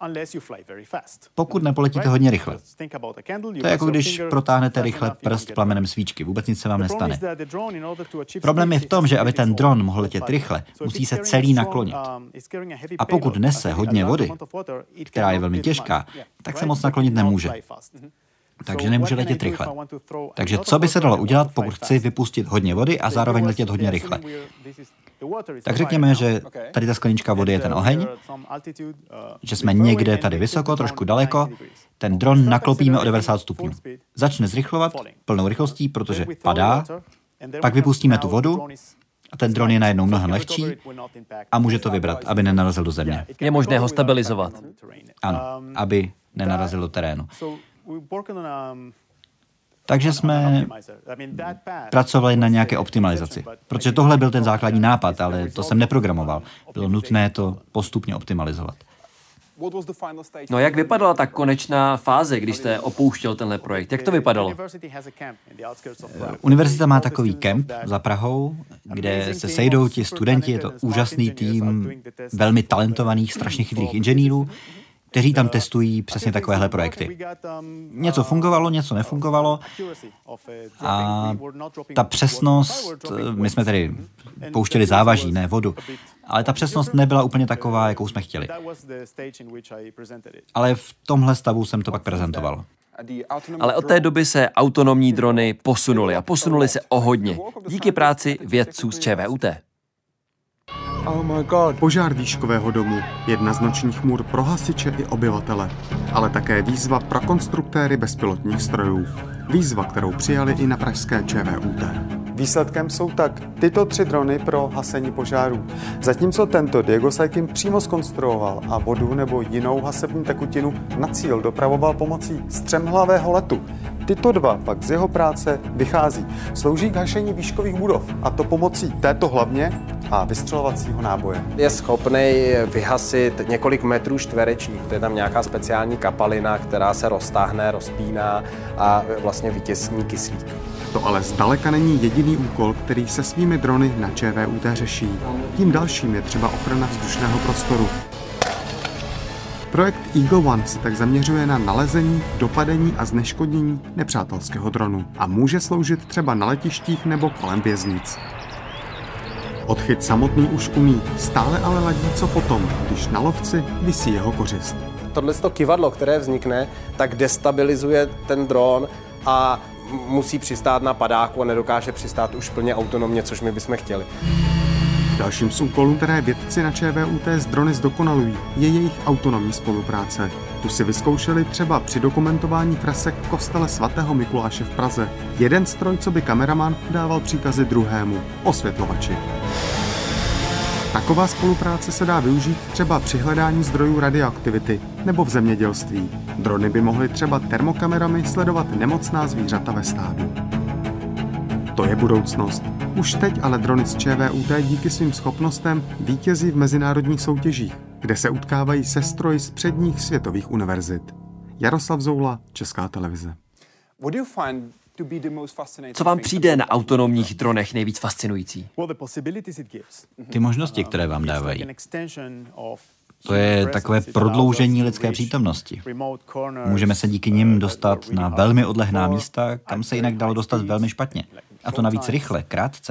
Pokud nepoletíte hodně rychle. To je jako když protáhnete rychle prst plamenem svíčky. Vůbec nic se vám nestane. Problém je v tom, že aby ten dron mohl letět rychle, musí se celý naklonit. A pokud nese hodně vody, která je velmi těžká, tak se moc naklonit nemůže. Takže nemůže letět rychle. Takže co by se dalo udělat, pokud chci vypustit hodně vody a zároveň letět hodně rychle? Tak řekněme, že tady ta sklenička vody je ten oheň, že jsme někde tady vysoko, trošku daleko, ten dron naklopíme o devadesát stupňů. Začne zrychlovat plnou rychlostí, protože padá, pak vypustíme tu vodu a ten dron je najednou mnohem lehčí a může to vybrat, aby nenarazil do země. Je možné ho stabilizovat. Ano, aby nenarazil do terénu. Takže jsme pracovali na nějaké optimalizaci. Protože tohle byl ten základní nápad, ale to jsem neprogramoval. Bylo nutné to postupně optimalizovat. No jak vypadala ta konečná fáze, když jste opouštěl tenhle projekt? Jak to vypadalo? Univerzita má takový kemp za Prahou, kde se sejdou ti studenti, je to úžasný tým velmi talentovaných, strašně chytrých inženýrů, kteří tam testují přesně takovéhle projekty. Něco fungovalo, něco nefungovalo a ta přesnost, my jsme tedy pouštěli závaží, ne vodu, ale ta přesnost nebyla úplně taková, jakou jsme chtěli. Ale v tomhle stavu jsem to pak prezentoval. Ale od té doby se autonomní drony posunuly a posunuly se o hodně. Díky práci vědců z ČVUT. Oh my God. Požár výškového domu, jedna z nočních můr pro hasiče i obyvatele, ale také výzva pro konstruktéry bezpilotních strojů. Výzva, kterou přijali i na pražské ČVUT. Výsledkem jsou tak tyto tři drony pro hasení požárů. Zatímco tento Diego Saikin přímo zkonstruoval a vodu nebo jinou hasební tekutinu na cíl dopravoval pomocí střemhlavého letu. Tyto dva pak z jeho práce vychází. Slouží k hašení výškových budov, a to pomocí této hlavně a vystřelovacího náboje. Je schopný vyhasit několik metrů čtverečních. To je tam nějaká speciální kapalina, která se roztáhne, rozpíná a vlastně vytěsní kyslík. To ale zdaleka není jediný úkol, který se svými drony na ČVUT řeší. Tím dalším je třeba ochrana vzdušného prostoru. Projekt Eagle One se tak zaměřuje na nalezení, dopadení a zneškodnění nepřátelského dronu a může sloužit třeba na letištích nebo kolem věznic. Odchyt samotný už umí, stále ale ladí co potom, když na lovci visí jeho kořist. Tohleto kyvadlo, které vznikne, tak destabilizuje ten dron a musí přistát na padáku a nedokáže přistát už plně autonomně, což my bychom chtěli. Dalším z úkolů, které vědci na ČVUT s drony zdokonalují, je jejich autonomní spolupráce. Tu si vyzkoušeli třeba při dokumentování fresek v kostele svatého Mikuláše v Praze. Jeden stroj, co by kameraman, dával příkazy druhému, osvětlovači. Taková spolupráce se dá využít třeba při hledání zdrojů radioaktivity nebo v zemědělství. Drony by mohly třeba termokamerami sledovat nemocná zvířata ve stádu. To je budoucnost. Už teď ale drony z ČVUT díky svým schopnostem vítězí v mezinárodních soutěžích, kde se utkávají se stroji z předních světových univerzit. Jaroslav Zoula, Česká televize. Co vám přijde na autonomních dronech nejvíc fascinující? Ty možnosti, které vám dávají. To je takové prodloužení lidské přítomnosti. Můžeme se díky nim dostat na velmi odlehná místa, kam se jinak dalo dostat velmi špatně. A to navíc rychle, krátce.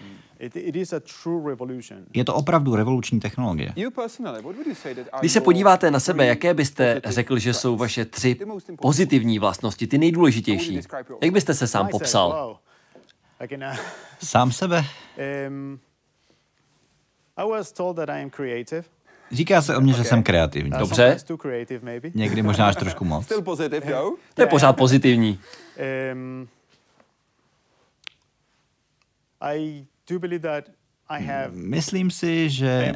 Je to opravdu revoluční technologie. Když se podíváte na sebe, jaké byste řekl, že jsou vaše tři pozitivní vlastnosti, ty nejdůležitější? Jak byste se sám popsal? Sám sebe? Říká se o mě, že jsem kreativní. Dobře. Někdy možná až trošku moc. To je pořád pozitivní. Myslím si, že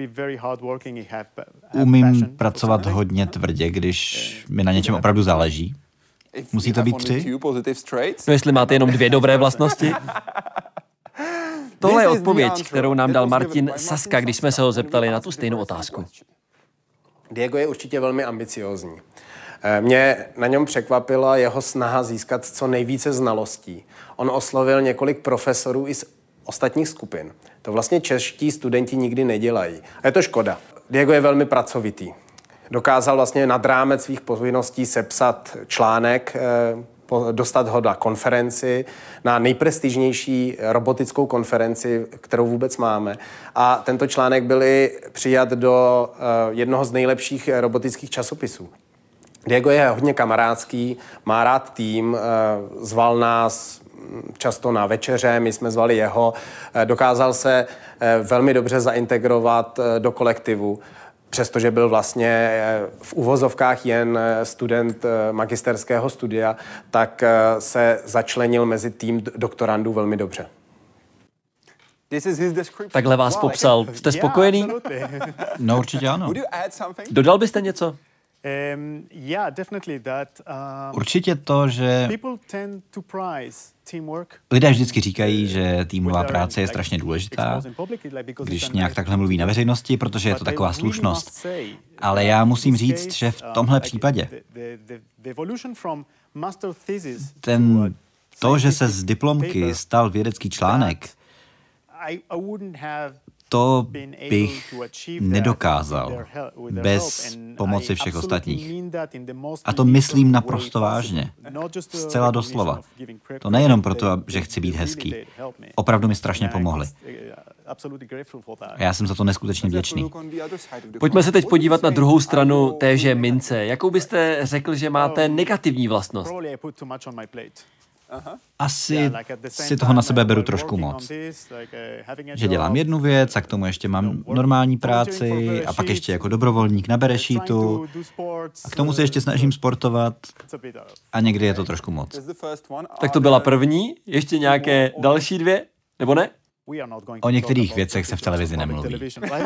umím pracovat hodně tvrdě, když mi na něčem opravdu záleží. Musí to být tři? No jestli máte jenom dvě dobré vlastnosti. Tohle je odpověď, kterou nám dal Martin Saska, když jsme se ho zeptali na tu stejnou otázku. Diego je určitě velmi ambiciózní. Mě na něm překvapila jeho snaha získat co nejvíce znalostí. On oslovil několik profesorů i z ostatních skupin. To vlastně čeští studenti nikdy nedělají. A je to škoda. Diego je velmi pracovitý. Dokázal vlastně nad rámec svých povinností sepsat článek, dostat ho na konferenci, na nejprestižnější robotickou konferenci, kterou vůbec máme. A tento článek byl přijat do jednoho z nejlepších robotických časopisů. Diego je hodně kamarádský, má rád tým, zval nás často na večeře, my jsme zvali jeho, dokázal se velmi dobře zaintegrovat do kolektivu, přestože byl vlastně v uvozovkách jen student magisterského studia, tak se začlenil mezi tým doktorandů velmi dobře. Takhle vás popsal. Jste spokojený? No určitě ano. Dodal byste něco? Určitě to, že lidé vždycky říkají, že týmová práce je strašně důležitá, když nějak takhle mluví na veřejnosti, protože je to taková slušnost. Ale já musím říct, že v tomhle případě ten, to, že se z diplomky stal vědecký článek, To bych nedokázal bez pomoci všech ostatních. A to myslím naprosto vážně. Zcela doslova. To nejenom proto, že chci být hezký. Opravdu mi strašně pomohli. A já jsem za to neskutečně vděčný. Pojďme se teď podívat na druhou stranu téže mince. Jakou byste řekl, že máte negativní vlastnost? Asi si toho na sebe beru trošku moc. Že dělám jednu věc a k tomu ještě mám normální práci a pak ještě jako dobrovolník na Berešitu a k tomu se ještě snažím sportovat a někdy je to trošku moc. Tak to byla první, ještě nějaké další dvě, nebo ne? O některých věcech se v televizi nemluví.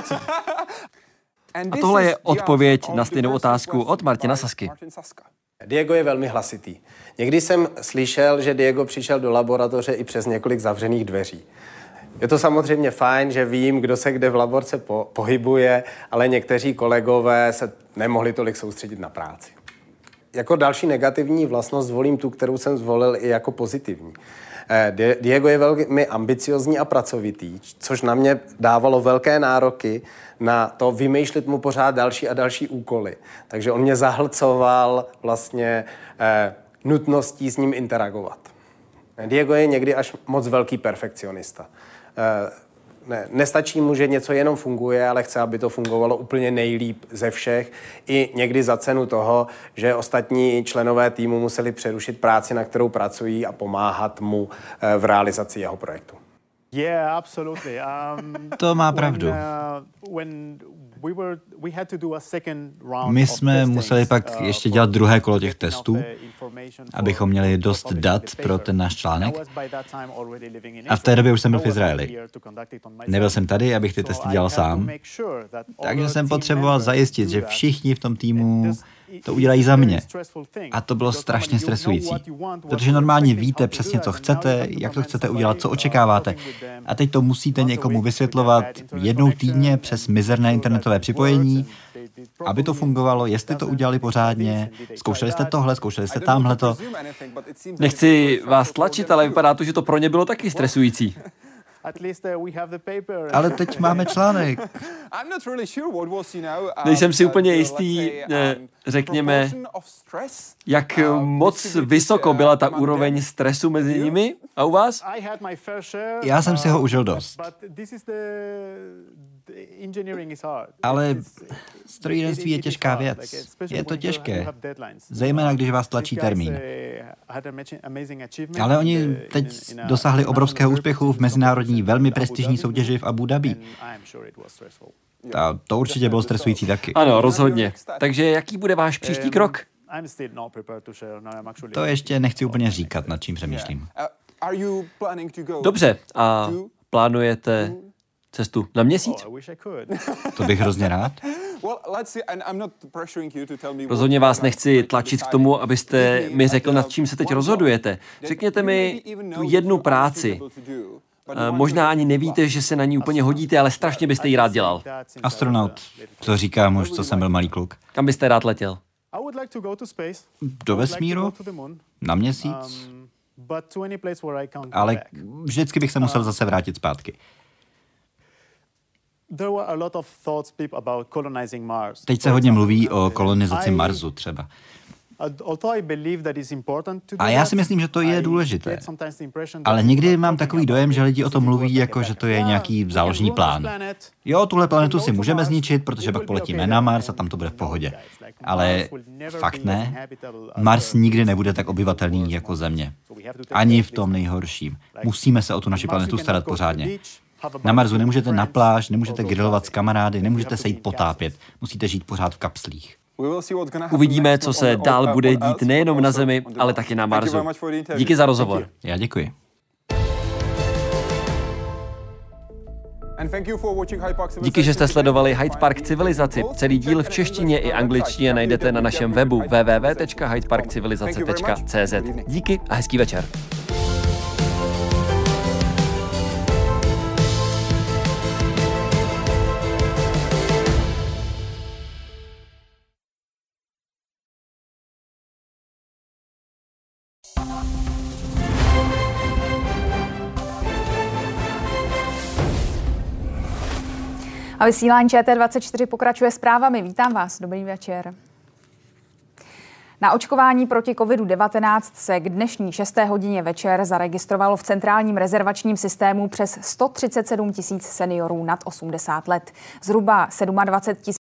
A tohle je odpověď na stejnou otázku od Martina Sasky. Diego je velmi hlasitý. Někdy jsem slyšel, že Diego přišel do laboratoře i přes několik zavřených dveří. Je to samozřejmě fajn, že vím, kdo se kde v laborce po- pohybuje, ale někteří kolegové se nemohli tolik soustředit na práci. Jako další negativní vlastnost zvolím tu, kterou jsem zvolil i jako pozitivní. Diego je velmi ambiciozní a pracovitý, což na mě dávalo velké nároky na to vymýšlet mu pořád další a další úkoly. Takže on mě zahlcoval vlastně eh, nutností s ním interagovat. Diego je někdy až moc velký perfekcionista. Eh, ne, nestačí mu, že něco jenom funguje, ale chce, aby to fungovalo úplně nejlíp ze všech. I někdy za cenu toho, že ostatní členové týmu museli přerušit práci, na kterou pracují a pomáhat mu eh, v realizaci jeho projektu. Yeah, absolutely. Um, to má pravdu. When, uh, when we were, we had to do a second round My jsme museli pak ještě dělat druhé kolo těch testů, abychom měli dost dat pro ten náš článek. A v té době už jsem byl v Izraeli. Nebyl jsem tady, abych ty testy dělal sám. Takže jsem potřeboval zajistit, že všichni v tom týmu to udělají za mě. A to bylo strašně stresující. Protože normálně víte přesně, co chcete, jak to chcete udělat, co očekáváte. A teď to musíte někomu vysvětlovat jednou týdně přes mizerné internetové připojení, aby to fungovalo, jestli to udělali pořádně. Zkoušeli jste tohle, zkoušeli jste tamhleto. Nechci vás tlačit, ale vypadá to, že to pro ně bylo taky stresující. Ale teď máme článek. Nejsem si úplně jistý, řekněme, jak moc vysoko byla ta úroveň stresu mezi nimi a u vás? Já jsem si ho užil dost. Ale strojírenství je těžká věc. Je to těžké. Zejména, když vás tlačí termín. Ale oni teď dosáhli obrovského úspěchu v mezinárodní velmi prestižní soutěži v Abu Dhabi. A to určitě bylo stresující taky. Ano, rozhodně. Takže jaký bude váš příští krok? To ještě nechci úplně říkat, nad čím přemýšlím. Dobře, a plánujete cestu na měsíc? To bych hrozně rád. Rozhodně vás nechci tlačit k tomu, abyste mi řekl, nad čím se teď rozhodujete. Řekněte mi tu jednu práci. Možná ani nevíte, že se na ní úplně hodíte, ale strašně byste ji rád dělal. Astronaut. To říkám už, co jsem byl malý kluk. Kam byste rád letěl? Do vesmíru? Na měsíc? Ale vždycky bych se musel zase vrátit zpátky. Teď se hodně mluví o kolonizaci Marsu třeba. A já si myslím, že to je důležité. Ale někdy mám takový dojem, že lidi o tom mluví, jako že to je nějaký záložní plán. Jo, tuhle planetu si můžeme zničit, protože pak poletíme na Mars a tam to bude v pohodě. Ale fakt ne. Mars nikdy nebude tak obyvatelný jako Země. Ani v tom nejhorším. Musíme se o tu naši planetu starat pořádně. Na Marsu nemůžete na pláž, nemůžete grilovat s kamarády, nemůžete se jít potápět. Musíte žít pořád v kapslích. Uvidíme, co se dál bude dít nejenom na Zemi, ale taky na Marsu. Díky za rozhovor. Já děkuji. Díky, že jste sledovali Hyde Park Civilizaci. Celý díl v češtině i angličtině najdete na našem webu w w w tečka hyde park civilizace tečka c z. Díky a hezký večer. A vysílání Č T dvacet čtyři pokračuje zprávami. Vítám vás, dobrý večer. Na očkování proti covidu devatenáct se k dnešní šesté hodině večer zaregistrovalo v centrálním rezervačním systému přes sto třicet sedm tisíc seniorů nad osmdesát let. Zhruba dvacet sedm tisíc